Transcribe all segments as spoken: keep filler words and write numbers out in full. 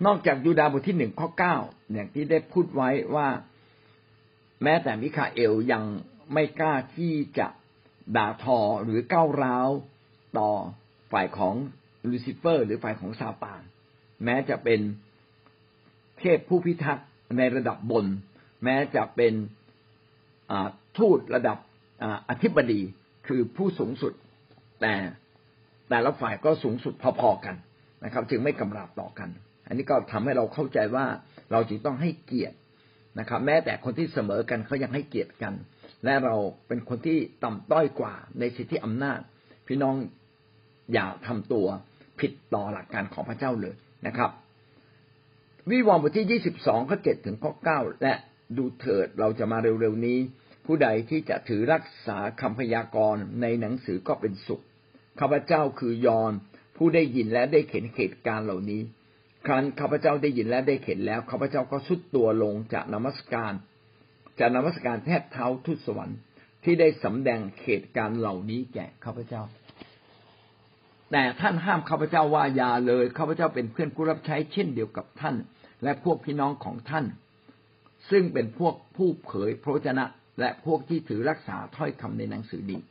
นอกจากยูดาห์บทที่หนึ่งข้อเก้าอย่างที่ได้พูดไว้ว่าแม้แต่มิคาเอลยังไม่กล้าที่จะด่าทอหรือก้าวร้าวต่อฝ่ายของลูซิเฟอร์หรือฝ่ายของซาตานแม้จะเป็นเทพผู้พิทักษ์ในระดับบนแม้จะเป็นทูตระดับอธิบดีคือผู้สูงสุดแต่แต่ละฝ่ายก็สูงสุดพอๆกันนะครับจึงไม่กำราบต่อกันอันนี้ก็ทำให้เราเข้าใจว่าเราจึงต้องให้เกียรตินะครับแม้แต่คนที่เสมอกันเขายังให้เกียรติกันและเราเป็นคนที่ต่ำต้อยกว่าในสิทธิอำนาจพี่น้องอย่าทำตัวผิดต่อหลักการของพระเจ้าเลยนะครับวิวรณ์บทที่ยี่สิบสองข้อเจ็ดถึงข้อเก้าและดูเถิดเราจะมาเร็วๆนี้ผู้ใดที่จะถือรักษาคำพยากรณ์ในหนังสือก็เป็นสุขข้าพเจ้าคือยอห์นผู้ได้ยินและได้เห็นเหตุการณ์เหล่านี้ครั้นข้าพเจ้าได้ยินและได้เห็นแล้วข้าพเจ้าก็ทรุดตัวลงจากนมัสการจากนมัสการแทบเท้าทูตสวรรค์ที่ได้สำแดงเหตุการณ์เหล่านี้แก่ข้าพเจ้าแต่ท่านห้ามข้าพเจ้าว่าอย่าเลยข้าพเจ้าเป็นเพื่อนผู้รับใช้เช่นเดียวกับท่านและพวกพี่น้องของท่านซึ่งเป็นพวกผู้เผยพระวจนะและพวกที่ถือรักษาถ้อยคำในหนังสือนี้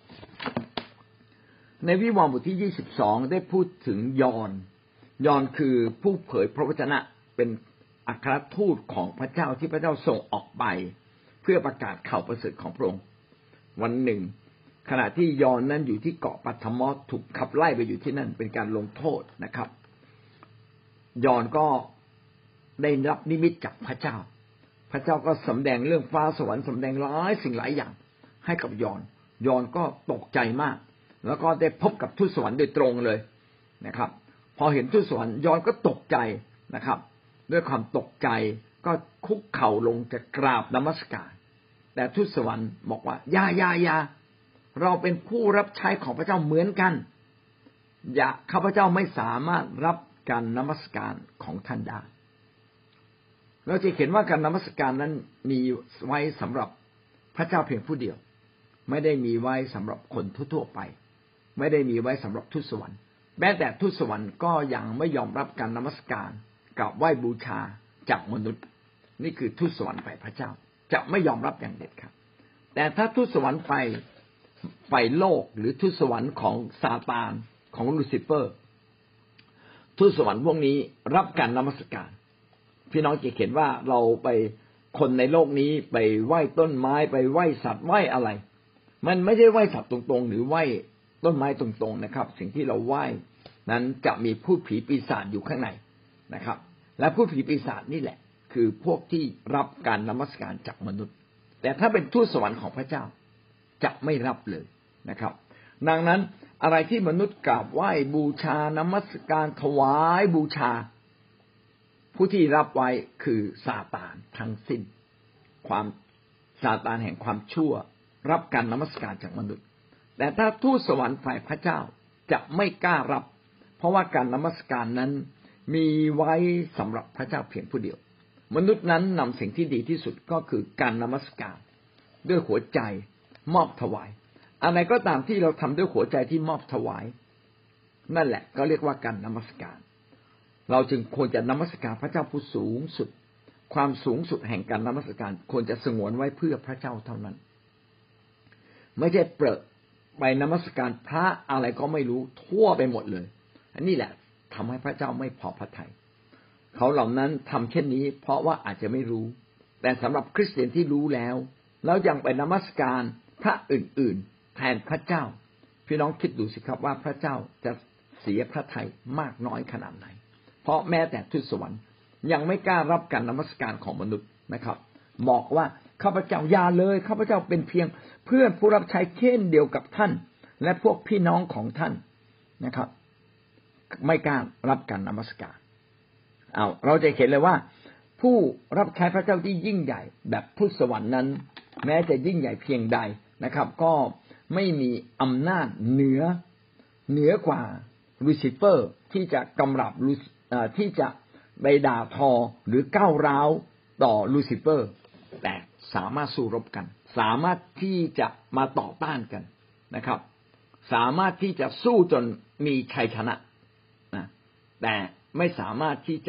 ในวิวรณ์บทที่ยี่สิบสองได้พูดถึงยอห์นยอห์นคือผู้เผยพระวจนะเป็นอัครทูตของพระเจ้าที่พระเจ้าส่งออกไปเพื่อประกาศข่าวประเสริฐของพระองค์วันหนึ่งขณะที่ยอห์นนั้นอยู่ที่เกาะปัทมอสถูกขับไล่ไปอยู่ที่นั่นเป็นการลงโทษนะครับยอห์นก็ได้รับนิมิตจากพระเจ้าพระเจ้าก็สำแดงเรื่องฟ้าสวรรค์สำแดงหลายสิ่งหลายอย่างให้กับยอห์นยอห์นก็ตกใจมากแล้วก็ได้พบกับทูตสวรรค์โดยตรงเลยนะครับพอเห็นทูตสวรรค์ยอห์นก็ตกใจนะครับด้วยความตกใจก็คุกเข่าลงจะกราบนมัสการแต่ทูตสวรรค์บอกว่าอย่าอย่าอย่าเราเป็นผู้รับใช้ของพระเจ้าเหมือนกันอย่าข้าพเจ้าไม่สามารถรับการนมัสการของท่านได้เราจะเห็นว่าการนมัสการนั้นมีไว้สำหรับพระเจ้าเพียงผู้เดียวไม่ได้มีไว้สำหรับคนทั่วๆไปไม่ได้มีไว้สำหรับทูตสวรรค์แม้แต่ทูตสวรรค์ก็ยังไม่ยอมรับการนมัสการกราบไหว้บูชาจากมนุษย์นี่คือทูตสวรรค์ฝ่ายพระเจ้าจะไม่ยอมรับอย่างเด็ดขาดแต่ถ้าทูตสวรรค์ฝ่ายฝ่ายโลกหรือทูตสวรรค์ของซาตานของลูซิเฟอร์ทูตสวรรค์พวกนี้รับการนมัสการพี่น้องจะเห็นว่าเราไปคนในโลกนี้ไปไหว้ต้นไม้ไปไหว้สัตว์ไหว้อะไรมันไม่ใช่ไหว้สัตว์ตรงๆหรือไหว้ต้นไม้ตรงๆนะครับสิ่งที่เราไหว้นั้นจะมีพูดผีปีศาจอยู่ข้างในนะครับและพูดผีปีศาจนี่แหละคือพวกที่รับการนมัสการจากมนุษย์แต่ถ้าเป็นทูตสวรรค์ของพระเจ้าจะไม่รับเลยนะครับดังนั้นอะไรที่มนุษย์กราบไหว้บูชานมัสการถวายบูชาผู้ที่รับไว้คือซาตานทั้งสิ้นความซาตานแห่งความชั่วรับการนมัสการจากมนุษย์แต่ถ้าทูตสวรรค์ฝ่ายพระเจ้าจะไม่กล้ารับเพราะว่าการนมัสการนั้นมีไว้สำหรับพระเจ้าเพียงผู้เดียวมนุษย์นั้นนำสิ่งที่ดีที่สุดก็คือการนมัสการด้วยหัวใจมอบถวายอะไรก็ตามที่เราทำด้วยหัวใจที่มอบถวายนั่นแหละก็เรียกว่าการนมัสการเราจึงควรจะนมัสการพระเจ้าผู้สูงสุดความสูงสุดแห่งการนมัสการควรจะสงวนไว้เพื่อพระเจ้าเท่านั้นไม่ใช่เปรอะไปนมัสการพระอะไรก็ไม่รู้ทั่วไปหมดเลยอันนี้แหละทำให้พระเจ้าไม่พอพระทัยเขาเหล่านั้นทำเช่นนี้เพราะว่าอาจจะไม่รู้แต่สำหรับคริสเตียนที่รู้แล้วแล้วยังไปนมัสการพระอื่นๆแทนพระเจ้าพี่น้องคิดดูสิครับว่าพระเจ้าจะเสียพระทัยมากน้อยขนาดไหนเพราะแม้แต่ทูตสวรรค์ยังไม่กล้ารับการนมัสการของมนุษย์นะครับบอกว่าข้าพเจ้าอย่าเลยข้าพเจ้าเป็นเพียงเพื่อนผู้รับใช้เช่นเดียวกับท่านและพวกพี่น้องของท่านนะครับไม่กล้ารับการนมัสการเอาเราจะเห็นเลยว่าผู้รับใช้พระเจ้าที่ยิ่งใหญ่แบบทูตสวรรค์นั้นแม้จะยิ่งใหญ่เพียงใดนะครับก็ไม่มีอำนาจเหนือเหนือกว่าลูซิเฟอร์ที่จะกำราบที่จะไปด่าทอหรือก้าวร้าวต่อลูซิเฟอร์แต่สามารถสู้รบกันสามารถที่จะมาต่อต้านกันนะครับสามารถที่จะสู้จนมีชัยชนะนะแต่ไม่สามารถที่จะ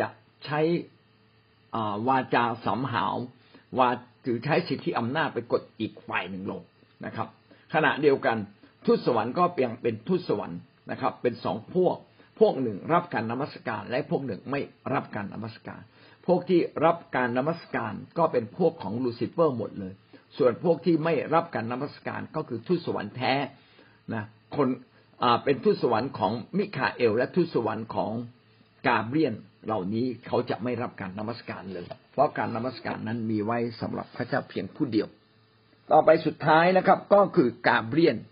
ใช้วาจาสำหาววาหรือใช้สิทธิอำนาจไปกดอีกฝ่ายหนึ่งลงนะครับขณะเดียวกันทูตสวรรค์ก็ยังเป็นทูตสวรรค์นะครับเป็นสองพวกพวกหนึ่งรับการนมัสการและพวกหนึ่งไม่รับการนมัสการพวกที่รับการนมัสการก็เป็นพวกของลูซิเฟอร์หมดเลยส่วนพวกที่ไม่รับการนมัสการก็คือทูตสวรรค์แท้นะคนอ่าเป็นทูตสวรรค์ของมิคาเอลและทูตสวรรค์ของกาเบรียลเหล่านี้เขาจะไม่รับการนมัสการเลยเพราะการนมัสการนั้นมีไว้สำหรับพระเจ้าเพียงผู้เดียวต่อไปสุดท้ายนะครับก็คือกาเบรียล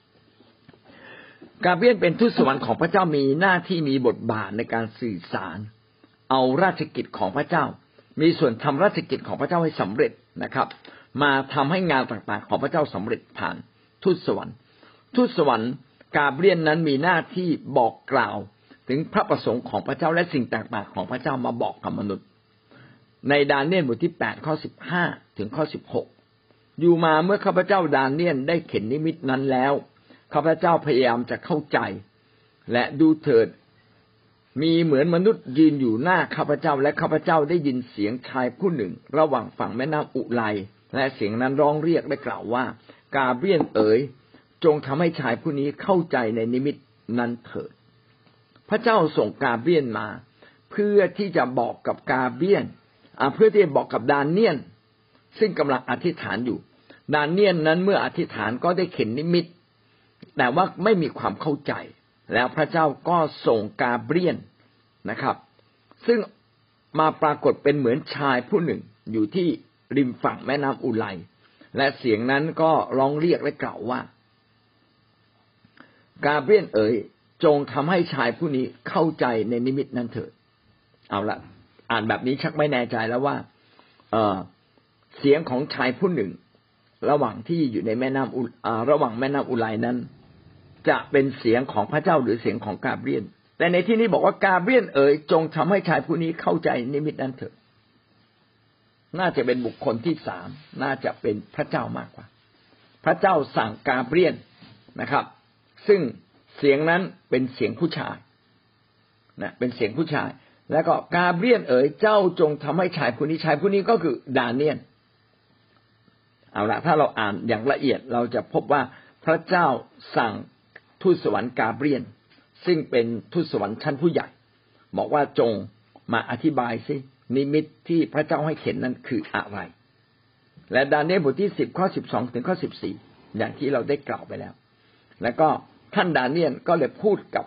กาเบรียลเป็นทูตสวรรค์ของพระเจ้ามีหน้าที่มีบทบาทในการสื่อสารเอาราชกิจของพระเจ้ามีส่วนทำราชกิจของพระเจ้าให้สำเร็จนะครับมาทำให้งานต่างๆของพระเจ้าสำเร็จผ่านทูตสวรรค์ทูตสวรรค์กาเบรียลนั้นมีหน้าที่บอกกล่าวถึงพระประสงค์ของพระเจ้าและสิ่งต่างๆของพระเจ้ามาบอกกับมนุษย์ในดาเนียลบทที่แปดข้อสิบห้าถึงข้อสิบหกอยู่มาเมื่อข้าพเจ้าดาเนียลได้เห็นนิมิตนั้นแล้วข้าพเจ้าพยายามจะเข้าใจและดูเถิดมีเหมือนมนุษย์ยืนอยู่หน้าข้าพเจ้าและข้าพเจ้าได้ยินเสียงชายผู้หนึ่งระหว่างฝั่งแม่น้ำอุไลและเสียงนั้นร้องเรียกและกล่าวว่ากาเบรียลเอ๋ยจงทำให้ชายผู้นี้เข้าใจในนิมิตนั้นเถิดพระเจ้าส่งกาเบรียลมาเพื่อที่จะบอกกับกาเบรียลเพื่อที่จะบอกกับดาเนียลซึ่งกำลังอธิษฐานอยู่ดาเนียลนั้นเมื่ออธิษฐานก็ได้เห็นนิมิตแต่ว่าไม่มีความเข้าใจแล้วพระเจ้าก็ส่งกาเบรียลนะครับซึ่งมาปรากฏเป็นเหมือนชายผู้หนึ่งอยู่ที่ริมฝั่งแม่น้ำอุไลและเสียงนั้นก็ร้องเรียกและกล่าวว่ากาเบรียลเอ๋ยจงทำให้ชายผู้นี้เข้าใจในนิมิตนั้นเถิดเอาละอ่านแบบนี้ชักไม่แน่ใจแล้วว่าเอ่อเสียงของชายผู้หนึ่งระหว่างที่อยู่ในแม่น้ำอุอ่าระหว่างแม่น้ำอุไลนั้นจะเป็นเสียงของพระเจ้าหรือเสียงของกาเบรียลแต่ในที่นี้บอกว่ากาเบรียลเอ๋ยจงทำให้ชายผู้นี้เข้าใจนิมิตนั้นเถิดน่าจะเป็นบุคคลที่สามน่าจะเป็นพระเจ้ามากกว่าพระเจ้าสั่งกาเบรียลนะครับซึ่งเสียงนั้นเป็นเสียงผู้ชายนะเป็นเสียงผู้ชายแล้วก็กาเบรียลเอ๋ยเจ้าจงทำให้ชายผู้นี้ชายผู้นี้ก็คือดาเนียลเอาละถ้าเราอ่านอย่างละเอียดเราจะพบว่าพระเจ้าสั่งทูตสวรรค์กาเบรียลซึ่งเป็นทูตสวรรค์ชั้นผู้ใหญ่บอกว่าจงมาอธิบายสินิมิตที่พระเจ้าให้เห็นนั้นคืออะไรและดาเนียลบทที่สิบข้อสิบสองถึงข้อสิบสี่อย่างที่เราได้กล่าวไปแล้วแล้วก็ท่านดาเนียลก็เลยพูดกับ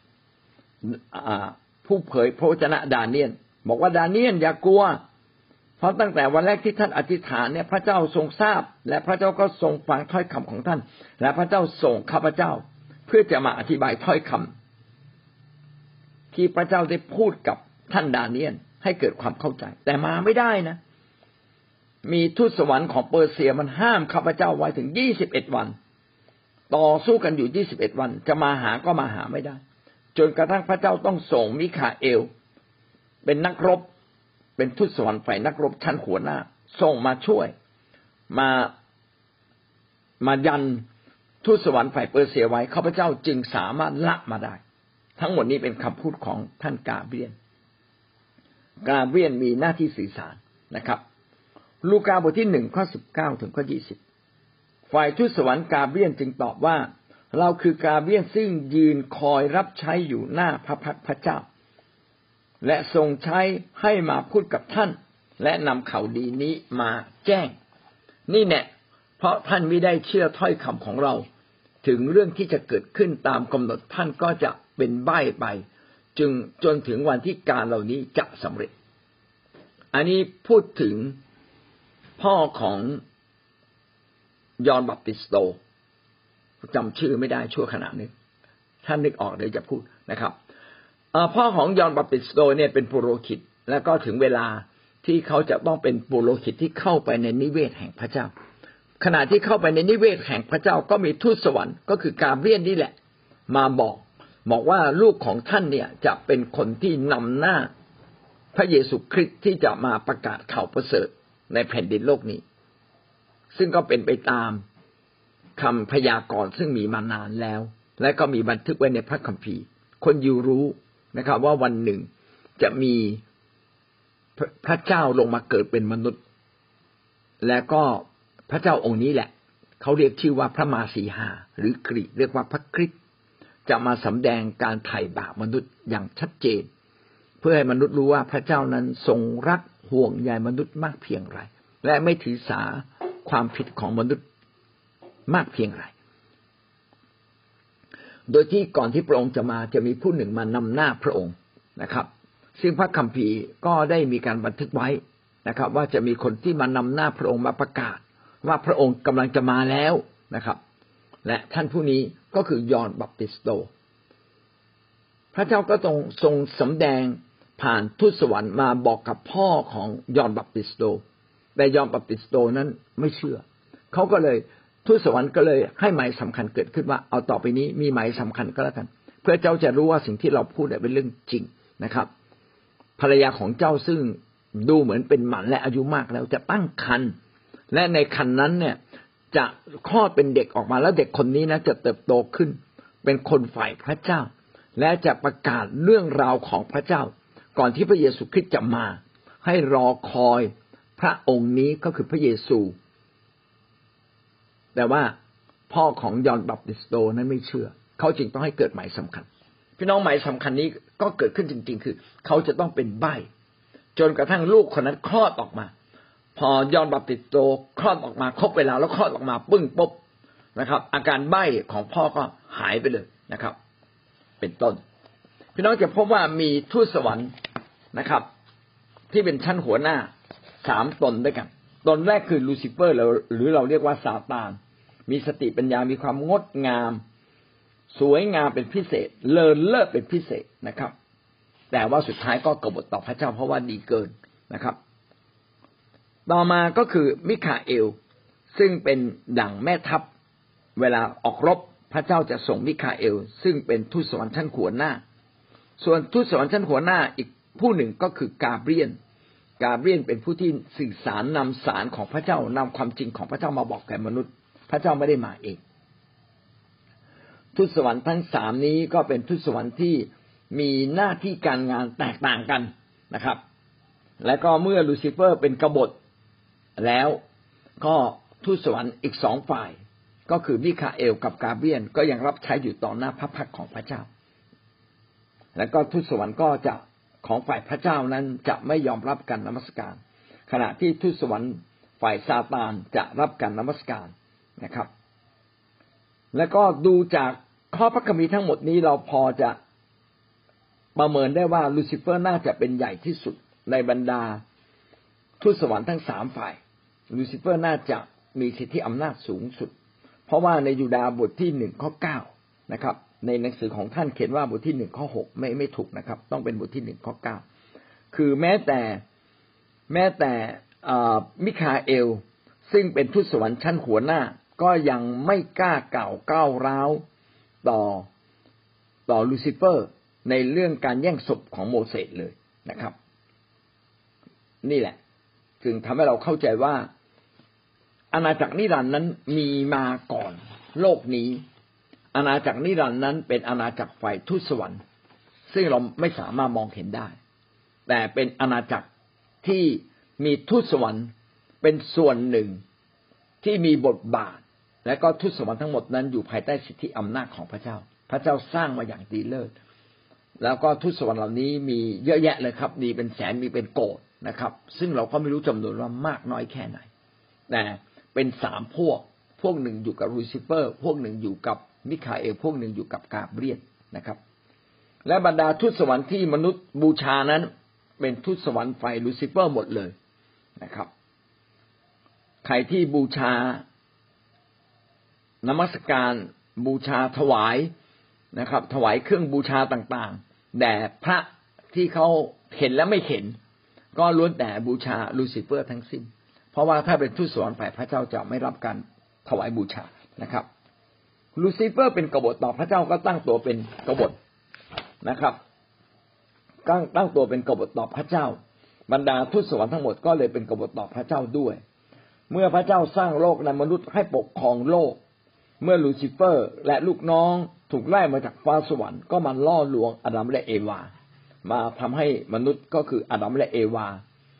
ผู้เผยพระวจนะดาเนียลบอกว่าดาเนียลอย่ากลัวเพราะตั้งแต่วันแรกที่ท่านอธิษฐานเนี่ยพระเจ้าทรงทราบและพระเจ้าก็ทรงฟังถ้อยคำของท่านและพระเจ้าส่งข้าพเจ้าเพื่อจะมาอธิบายถ้อยคำที่พระเจ้าได้พูดกับท่านดาเนียลให้เกิดความเข้าใจแต่มาไม่ได้นะมีทูตสวรรค์ของเปอร์เซียมันห้ามข้าพเจ้าไว้ถึงยี่สิบเอ็ดวันต่อสู้กันอยู่ยี่สิบเอ็ดวันจะมาหาก็มาหาไม่ได้จนกระทั่งพระเจ้าต้องส่งมิคาเอลเป็นนักรบเป็นทูตสวรรค์ฝ่ายนักรบชั้นหัวหน้าส่งมาช่วยมามายันทูตสวรรค์ฝ่ายเปอร์เซียไว้ข้าพเจ้าจึงสามารถละมาได้ทั้งหมดนี้เป็นคำพูดของท่านกาเบรียลกาเบรียลมีหน้าที่สื่อสารนะครับลูกาบทที่หนึ่งข้อสิบเก้าถึงข้อยี่สิบฝ่ายทูตสวรรค์กาเบรียลจึงตอบว่าเราคือกาเบรียลซึ่งยืนคอยรับใช้อยู่หน้าพระพักตร์พระเจ้าและทรงใช้ให้มาพูดกับท่านและนำข่าวดีนี้มาแจ้งนี่แน่เพราะท่านไม่ได้เชื่อถ้อยคำของเราถึงเรื่องที่จะเกิดขึ้นตามกำหนดท่านก็จะเป็นใบ้ไปจึงจนถึงวันที่การเหล่านี้จะสำเร็จอันนี้พูดถึงพ่อของยอห์นบัพติสโตจำชื่อไม่ได้ชั่วขณะนี้ท่านนึกออกเดี๋ยวจะพูดนะครับพ่อของยอห์นบัพติสโตเนี่ยเป็นปุโรหิตแล้วก็ถึงเวลาที่เขาจะต้องเป็นปุโรหิตที่เข้าไปในนิเวศแห่งพระเจ้าขณะที่เข้าไปในนิเวศแห่งพระเจ้าก็มีทูตสวรรค์ก็คือกาเบรียลนี่แหละมาบอกบอกว่าลูกของท่านเนี่ยจะเป็นคนที่นำหน้าพระเยซูคริสต์ที่จะมาประกาศข่าวประเสริฐในแผ่นดินโลกนี้ซึ่งก็เป็นไปตามคำพยากรณ์ซึ่งมีมานานแล้วและก็มีบันทึกไว้ในพระคัมภีร์คนยิวรู้นะครับว่าวันหนึ่งจะมีพระเจ้าลงมาเกิดเป็นมนุษย์และก็พระเจ้าองค์นี้แหละเขาเรียกชื่อว่าพระมาสีหาหรือกรีกเรียกว่าพระคริสต์จะมาสำแดงการไถ่บาปมนุษย์อย่างชัดเจนเพื่อให้มนุษย์รู้ว่าพระเจ้านั้นทรงรักห่วงใยมนุษย์มากเพียงไรและไม่ถือสาความผิดของมนุษย์มากเพียงไรโดยที่ก่อนที่พระองค์จะมาจะมีผู้หนึ่งมานำหน้าพระองค์นะครับซึ่งพระคัมภีร์ก็ได้มีการบันทึกไว้นะครับว่าจะมีคนที่มานำหน้าพระองค์มาประกาศว่าพระองค์กำลังจะมาแล้วนะครับและท่านผู้นี้ก็คือยอห์นบัพติสโตพระเจ้าก็ทรงทรงสำแดงผ่านทูตสวรรค์มาบอกกับพ่อของยอห์นบัพติสโตแต่ยอห์นบัพติสโตนั้นไม่เชื่อเขาก็เลยทูตสวรรค์ก็เลยให้หมายสำคัญเกิดขึ้นว่าเอาต่อไปนี้มีหมายสำคัญก็แล้วกันเพื่อเจ้าจะรู้ว่าสิ่งที่เราพูดเป็นเรื่องจริงนะครับภรรยาของเจ้าซึ่งดูเหมือนเป็นหมันและอายุมากแล้วจะตั้งครรภ์และในครรภ์นั้นเนี่ยจะคลอดเป็นเด็กออกมาแล้วเด็กคนนี้นะจะเติบโตขึ้นเป็นคนฝ่ายพระเจ้าและจะประกาศเรื่องราวของพระเจ้าก่อนที่พระเยซูคริสต์จะมาให้รอคอยพระองค์นี้ก็คือพระเยซูแต่ว่าพ่อของยอห์นบัพติสโตนั้นไม่เชื่อเขาจึงต้องให้เกิดหมายสำคัญพี่น้องหมายสำคัญนี้ก็เกิดขึ้นจริงๆคือเขาจะต้องเป็นใบ้จนกระทั่งลูกคนนั้นคลอดออกมาพอยอห์นบัพติสโตคลอดออกมาครบเวลาแล้วคลอดออกมาปึ้งปุ๊บนะครับอาการใบ้ของพ่อก็หายไปเลยนะครับเป็นต้นพี่น้องจะพบว่ามีทูตสวรรค์นะครับที่เป็นชั้นหัวหน้าสามตนด้วยกันตนแรกคือลูซิเฟอร์หรือเราเรียกว่าซาตานมีสติปัญญามีความงดงามสวยงามเป็นพิเศษเลิศเลิศเป็นพิเศษนะครับแต่ว่าสุดท้ายก็กบฏต่อพระเจ้าเพราะว่าดีเกินนะครับต่อมาก็คือมิคาเอลซึ่งเป็นดั่งแม่ทัพเวลาออกรบพระเจ้าจะส่งมิคาเอลซึ่งเป็นทูตสวรรค์ชั้นหัวหน้าส่วนทูตสวรรค์ชั้นหัวหน้าอีกผู้หนึ่งก็คือกาเบรียลกาเบรียลเป็นผู้ที่สื่อสารนำสารของพระเจ้านำความจริงของพระเจ้ามาบอกแก่มนุษย์พระเจ้าไม่ได้มาเองทูตสวรรค์ทั้งสามนี้ก็เป็นทูตสวรรค์ที่มีหน้าที่การงานแตกต่างกันนะครับและก็เมื่อลูซิเฟอร์เป็นกบฏแล้วก็ทูตสวรรค์อีกสองฝ่ายก็คือมิคาเอลกับกาเบรียลก็ยังรับใช้อยู่ต่อหน้าพระพักของพระเจ้าแล้วก็ทูตสวรรค์ก็จะของฝ่ายพระเจ้านั้นจะไม่ยอมรับการนมัสการขณะที่ทูตสวรรค์ฝ่ายซาตานจะรับการนมัสการนะครับแล้วก็ดูจากข้อพระคัมภีร์ทั้งหมดนี้เราพอจะประเมินได้ว่าลูซิเฟอร์น่าจะเป็นใหญ่ที่สุดในบรรดาทูตสวรรค์ทั้งสามฝ่ายลูซิเฟอร์น่าจะมีสิทธิอำนาจสูงสุดเพราะว่าในยูดาห์บทที่หนึ่งข้อเก้านะครับในหนังสือของท่านเขียนว่าบทที่หนึ่งข้อหกไม่ไม่ถูกนะครับต้องเป็นบทที่หนึ่งข้อเก้าคือแม้แต่แม้แต่มิคาเอลซึ่งเป็นทูตสวรรค์ชั้นหัวหน้าก็ยังไม่กล้ากล่าวก้าวร้าวต่อต่อลูซิเฟอร์ในเรื่องการแย่งศพของโมเสสเลยนะครับนี่แหละจึงทำให้เราเข้าใจว่าอาณาจักรนิรันดร์นั้นมีมาก่อนโลกนี้อาณาจักรนิรันดร์นั้นเป็นอาณาจักรฝ่ายทูตสวรรค์ซึ่งเราไม่สามารถมองเห็นได้แต่เป็นอาณาจักรที่มีทูตสวรรค์เป็นส่วนหนึ่งที่มีบทบาทและก็ทูตสวรรค์ทั้งหมดนั้นอยู่ภายใต้สิทธิอำนาจของพระเจ้าพระเจ้าสร้างมาอย่างดีเลิศแล้วก็ทูตสวรรค์เหล่านี้มีเยอะแยะเลยครับมีเป็นแสนมีเป็นโกฏนะครับซึ่งเราก็ไม่รู้จำนวนว่ามากน้อยแค่ไหนแต่เป็นสามพวกพวกหนึ่งอยู่กับลูซิเฟอร์พวกหนึ่งอยู่กับมิคาเอลพวกหนึ่งอยู่กับกาเบรียลนะครับและบรรดาทูตสวรรค์ที่มนุษย์บูชานั้นเป็นทูตสวรรค์ฝ่ายลูซิเฟอร์หมดเลยนะครับใครที่บูชานมัสการบูชาถวายนะครับถวายเครื่องบูชาต่างๆแด่พระที่เขาเห็นและไม่เห็นก็ล้วนแต่บูชาลูซิเฟอร์ทั้งสิ้นเพราะว่าถ้าเป็นทูตสวรรค์ฝ่ายพระเจ้าจะไม่รับการถวายบูชานะครับลูซิเฟอร์เป็นกบฏต่อพระเจ้าก็ตั้งตัวเป็นกบฏนะครับตั้งตั้งตัวเป็นกบฏต่อพระเจ้าบรรดาทูตสวรรค์ทั้งหมดก็เลยเป็นกบฏต่อพระเจ้าด้วยเมื่อพระเจ้าสร้างโลกและมนุษย์ให้ปกครองโลกเมื่อลูซิเฟอร์และลูกน้องถูกไล่มาจากฟ้าสวรรค์ก็มาล่อลวงอาดัมและเอวามาทำให้มนุษย์ก็คืออาดัมและเอวา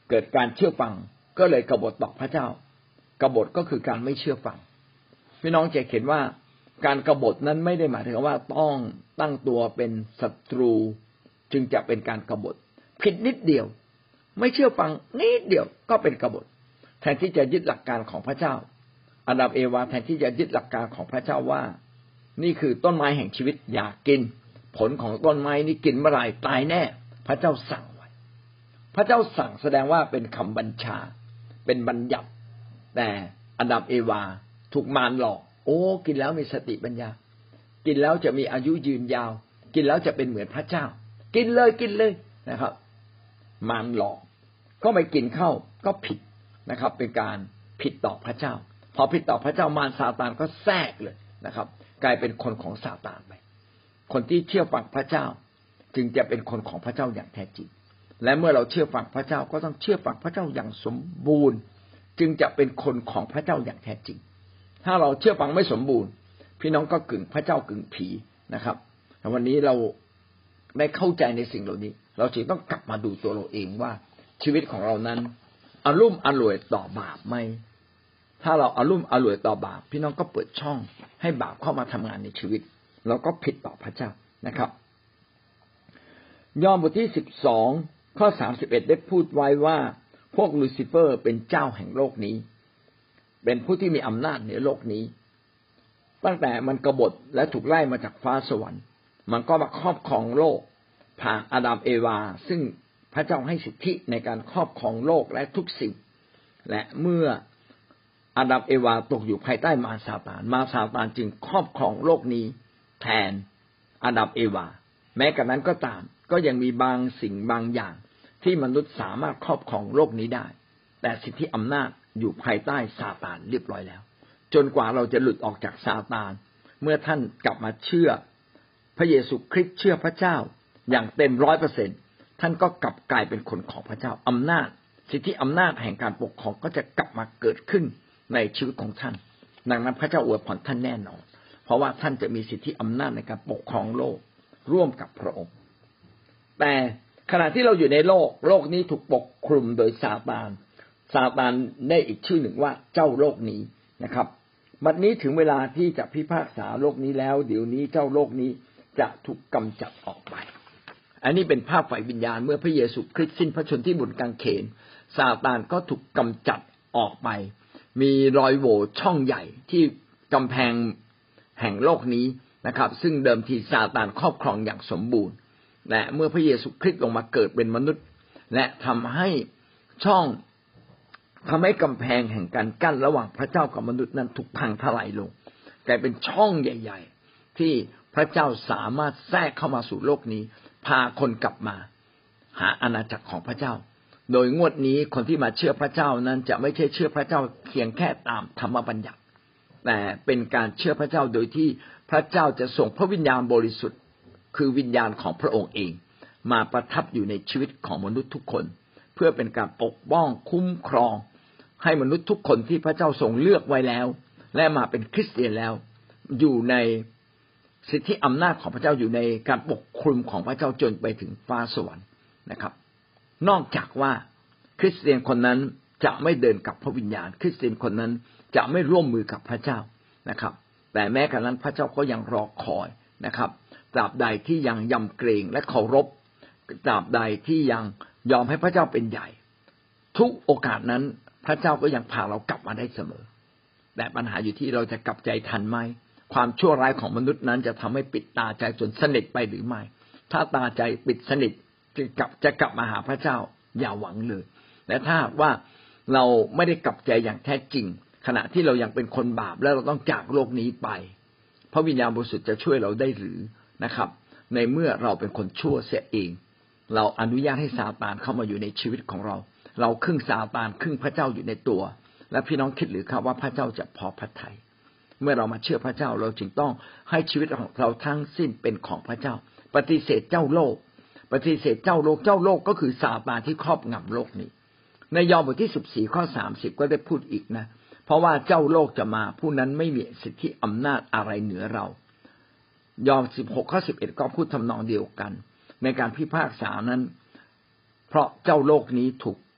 เกิดการเชื่อฟังก็เลยกบฏต่อพระเจ้ากบฏก็คือการไม่เชื่อฟังพี่น้องจะเห็นว่าการกบฏนั้นไม่ได้หมายถึงว่าต้องตั้งตัวเป็นศัตรูจึงจะเป็นการกบฏผิดนิดเดียวไม่เชื่อฟังนิดเดียวก็เป็นกบฏแทนที่จะยึดหลักการของพระเจ้าอาดัมเอวาแทนที่จะยึดหลักการของพระเจ้าว่านี่คือต้นไม้แห่งชีวิตอย่ากินผลของต้นไม้นี้กินเมื่อไหร่ตายแน่พระเจ้าสั่งไว้พระเจ้าสั่งแสดงว่าเป็นคำบัญชาเป็นบัญญัติแต่อาดัมเอวาถูกมารหลอกโอ้กินแล้วมีสติปัญญากินแล้วจะมีอายุยืนยาวกินแล้วจะเป็นเหมือนพระเจ้ากินเลยกินเลยนะครับมารหลอกก็ไม่กินเข้าก็ผิดนะครับเป็นการผิดต่อพระเจ้าพอผิดต่อพระเจ้ามารซาตานก็แทรกเลยนะครับกลายเป็นคนของซาตานไปคนที่เชื่อฟังพระเจ้าจึงจะเป็นคนของพระเจ้าอย่างแท้จริงและเมื่อเราเชื่อฟังพระเจ้าก็ต้องเชื่อฟังพระเจ้าอย่างสมบูรณ์จึงจะเป็นคนของพระเจ้าอย่างแท้จริงถ้าเราเชื่อฟังไม่สมบูรณ์พี่น้องก็กึ่งพระเจ้ากึ่งผีนะครับวันนี้เราได้เข้าใจในสิ่งเหล่านี้เราจึงต้องกลับมาดูตัวเราเองว่าชีวิตของเรานั้นอารมณ์อร่วยต่อบาปไหมถ้าเราอารมณ์อร่วยต่อบาปพี่น้องก็เปิดช่องให้บาปเข้ามาทำงานในชีวิตเราก็ผิดต่อพระเจ้านะครับยอห์นบทที่สิบสองข้อสามสิบเอ็ดได้พูดไว้ว่าพวกลูซิเฟอร์เป็นเจ้าแห่งโลกนี้เป็นผู้ที่มีอำนาจเหนือโลกนี้ตั้งแต่มันกบฏและถูกไล่มาจากฟ้าสวรรค์มันก็มาครอบครองโลกผ่านอาดัมเอวาซึ่งพระเจ้าให้สิทธิในการครอบครองโลกและทุกสิ่งและเมื่ออาดัมเอวาตกอยู่ภายใต้มารซาตานมารซาตานจึงครอบครองโลกนี้แทนอาดัมเอวาแม้กระนั้นก็ตามก็ยังมีบางสิ่งบางอย่างที่มนุษย์สามารถครอบครองโลกนี้ได้แต่สิทธิอำนาจอยู่ภายใต้ซาตานเรียบร้อยแล้วจนกว่าเราจะหลุดออกจากซาตานเมื่อท่านกลับมาเชื่อพระเยซูคริสต์เชื่อพระเจ้าอย่างเต็มร้อยเปอร์เซ็นต์ท่านก็กลับกลายเป็นคนของพระเจ้าอำนาจสิทธิอำนาจแห่งการปกครองก็จะกลับมาเกิดขึ้นในชีวิตของท่านดังนั้นพระเจ้าอวยพรท่านแน่นอนเพราะว่าท่านจะมีสิทธิอำนาจในการปกครองโลกร่วมกับพระองค์แต่ขณะที่เราอยู่ในโลกโลกนี้ถูกปกคลุมโดยซาตานซาตานได้อีกชื่อหนึ่งว่าเจ้าโลกนี้นะครับบัดนี้ถึงเวลาที่จะพิพากษาโลกนี้แล้วเดี๋ยวนี้เจ้าโลกนี้จะถูกกำจัดออกไปอันนี้เป็นภาพฝ่ายวิญญาณเมื่อพระเยซูคริสต์สิ้นพระชนม์ที่บนกางเขนซาตานก็ถูกกำจัดออกไปมีรอยโหว่ช่องใหญ่ที่กำแพงแห่งโลกนี้นะครับซึ่งเดิมทีซาตานครอบครองอย่างสมบูรณ์และเมื่อพระเยซูคริสต์ลงมาเกิดเป็นมนุษย์และทำให้ช่องทำให้กำแพงแห่งการกั้นระหว่างพระเจ้ากับมนุษย์นั้นถูกพังทลายลงกลายเป็นช่องใหญ่ๆที่พระเจ้าสามารถแทรกเข้ามาสู่โลกนี้พาคนกลับมาหาอาณาจักรของพระเจ้าโดยงวดนี้คนที่มาเชื่อพระเจ้านั้นจะไม่ใช่เชื่อพระเจ้าเพียงแค่ตามธรรมบัญญัติแต่เป็นการเชื่อพระเจ้าโดยที่พระเจ้าจะส่งพระวิญญาณบริสุทธิ์คือวิญญาณของพระองค์เองมาประทับอยู่ในชีวิตของมนุษย์ทุกคนเพื่อเป็นการปกป้องคุ้มครองให้มนุษย์ทุกคนที่พระเจ้าทรงเลือกไว้แล้วและมาเป็นคริสเตียนแล้วอยู่ในสิทธิอำนาจของพระเจ้าอยู่ในการปกคลุมของพระเจ้าจนไปถึงฟ้าสวรรค์นะครับนอกจากว่าคริสเตียนคนนั้นจะไม่เดินกับพระวิญญาณคริสเตียนคนนั้นจะไม่ร่วมมือกับพระเจ้านะครับแต่แม้กระนั้นพระเจ้าก็ยังรอคอยนะครับตราบใดที่ยังยำเกรงและเคารพตราบใดที่ยังยอมให้พระเจ้าเป็นใหญ่ทุกโอกาสนั้นพระเจ้าก็ยังพาเรากลับมาได้เสมอแต่ปัญหาอยู่ที่เราจะกลับใจทันไหมความชั่วร้ายของมนุษย์นั้นจะทำให้ปิดตาใจจนสนิทไปหรือไม่ถ้าตาใจปิดสนิทจะกลับจะกลับมาหาพระเจ้าอย่าหวังเลยและถ้าว่าเราไม่ได้กลับใจอย่างแท้จริงขณะที่เรายังเป็นคนบาปแล้วเราต้องจากโลกนี้ไปพระวิญญาณบริสุทธิ์จะช่วยเราได้หรือนะครับในเมื่อเราเป็นคนชั่วเสียเองเราอนุญาตให้ซาตานเข้ามาอยู่ในชีวิตของเราเราครึ่งซาตานครึ่งพระเจ้าอยู่ในตัวและพี่น้องคิดหรือครับว่าพระเจ้าจะพอพระทัยเมื่อเรามาเชื่อพระเจ้าเราจึงต้องให้ชีวิตของเราทั้งสิ้นเป็นของพระเจ้าปฏิเสธเจ้าโลกปฏิเสธเจ้าโลกเจ้าโลกก็คือซาตานที่ครอบงำโลกนี้ในยอห์นบทที่สิบสี่ข้อสามสิบก็ได้พูดอีกนะเพราะว่าเจ้าโลกจะมาผู้นั้นไม่มีสิทธิอำนาจอะไรเหนือเรายอห์นสิบหกข้อสิบเอ็ดก็พูดทำนองเดียวกันในการพิพากษานั้นเพราะเจ้าโลกนี้ถูก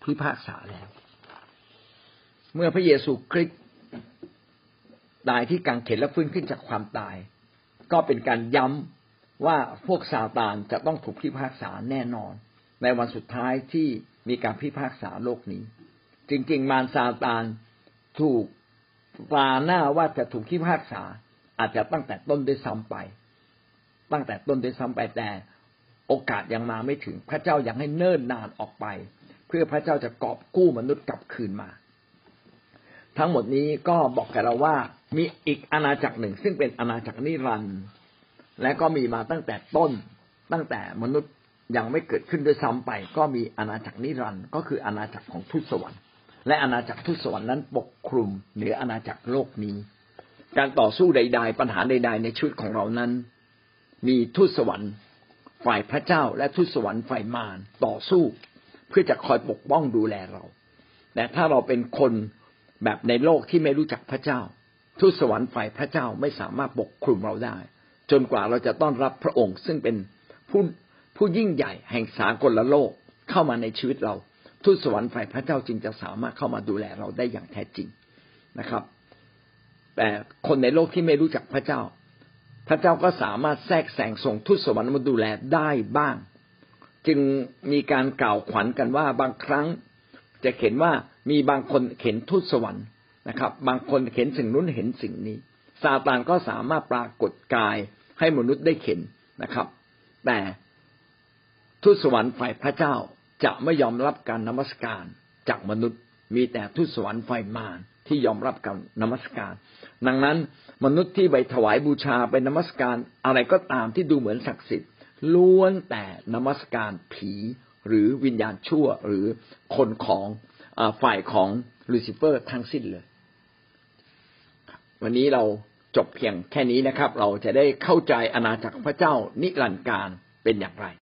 พิพากษาแล้วเมื่อพระเยซูคริสต์ตายที่กางเขนและฟื้นขึ้นจากความตายก็เป็นการย้ำว่าพวกซาตานจะต้องถูกพิพากษาแน่นอนในวันสุดท้ายที่มีการพิพากษาโลกนี้จริงๆมารซาตานถูกตราหน้าว่าจะถูกพิพากษาอาจจะตั้งแต่ต้นด้วยซ้ำไปตั้งแต่ต้นด้วยซ้ำไปแต่โอกาสยังมาไม่ถึงพระเจ้ายังให้เนิ่นนานออกไปเพื่อพระเจ้าจะกอบกู้มนุษย์กลับคืนมาทั้งหมดนี้ก็บอกกับเราว่ามีอีกอาณาจักรหนึ่งซึ่งเป็นอาณาจักรนิรันดร์และก็มีมาตั้งแต่ต้นตั้งแต่มนุษย์ยังไม่เกิดขึ้นด้วยซ้ำไปก็มีอาณาจักรนิรันดร์ก็คืออาณาจักรของทูตสวรรค์และอาณาจักรทูตสวรรค์นั้นปกคลุมเหนืออาณาจักรโลกนี้การต่อสู้ใดๆปัญหาใดๆในชีวิตของเรานั้นมีทูตสวรรค์ฝ่ายพระเจ้าและทูตสวรรค์ฝ่ายมารต่อสู้เพื่อจะคอยปกป้องดูแลเราแต่ถ้าเราเป็นคนแบบในโลกที่ไม่รู้จักพระเจ้าทูตสวรรค์ฝ่ายพระเจ้าไม่สามารถปกคลุมเราได้จนกว่าเราจะต้อนรับพระองค์ซึ่งเป็นผู้ผู้ยิ่งใหญ่แห่งสากลโลกเข้ามาในชีวิตเราทูตสวรรค์ฝ่ายพระเจ้าจึงจะสามารถเข้ามาดูแลเราได้อย่างแท้จริงนะครับแต่คนในโลกที่ไม่รู้จักพระเจ้าพระเจ้าก็สามารถแทรกแซงส่งทูตสวรรค์มาดูแลได้บ้างจึงมีการกล่าวขวัญกันว่าบางครั้งจะเห็นว่ามีบางคนเห็นทูตสวรรค์นะครับบางคนเห็นสิ่งนู้นเห็นสิ่งนี้ซาตานก็สามารถปรากฏกายให้มนุษย์ได้เห็นนะครับแต่ทูตสวรรค์ฝ่ายพระเจ้าจะไม่ยอมรับการนมัสการจากมนุษย์มีแต่ทูตสวรรค์ฝ่ายมารที่ยอมรับการนมัสการดังนั้นมนุษย์ที่ไปถวายบูชาไปนมัสการอะไรก็ตามที่ดูเหมือนศักดิ์สิทธิ์ล้วนแต่นมัสการผีหรือวิญญาณชั่วหรือคนของฝ่ายของลูซิเฟอร์ทั้งสิ้นเลยวันนี้เราจบเพียงแค่นี้นะครับเราจะได้เข้าใจอาณาจักรพระเจ้านิรันดร์กาลเป็นอย่างไร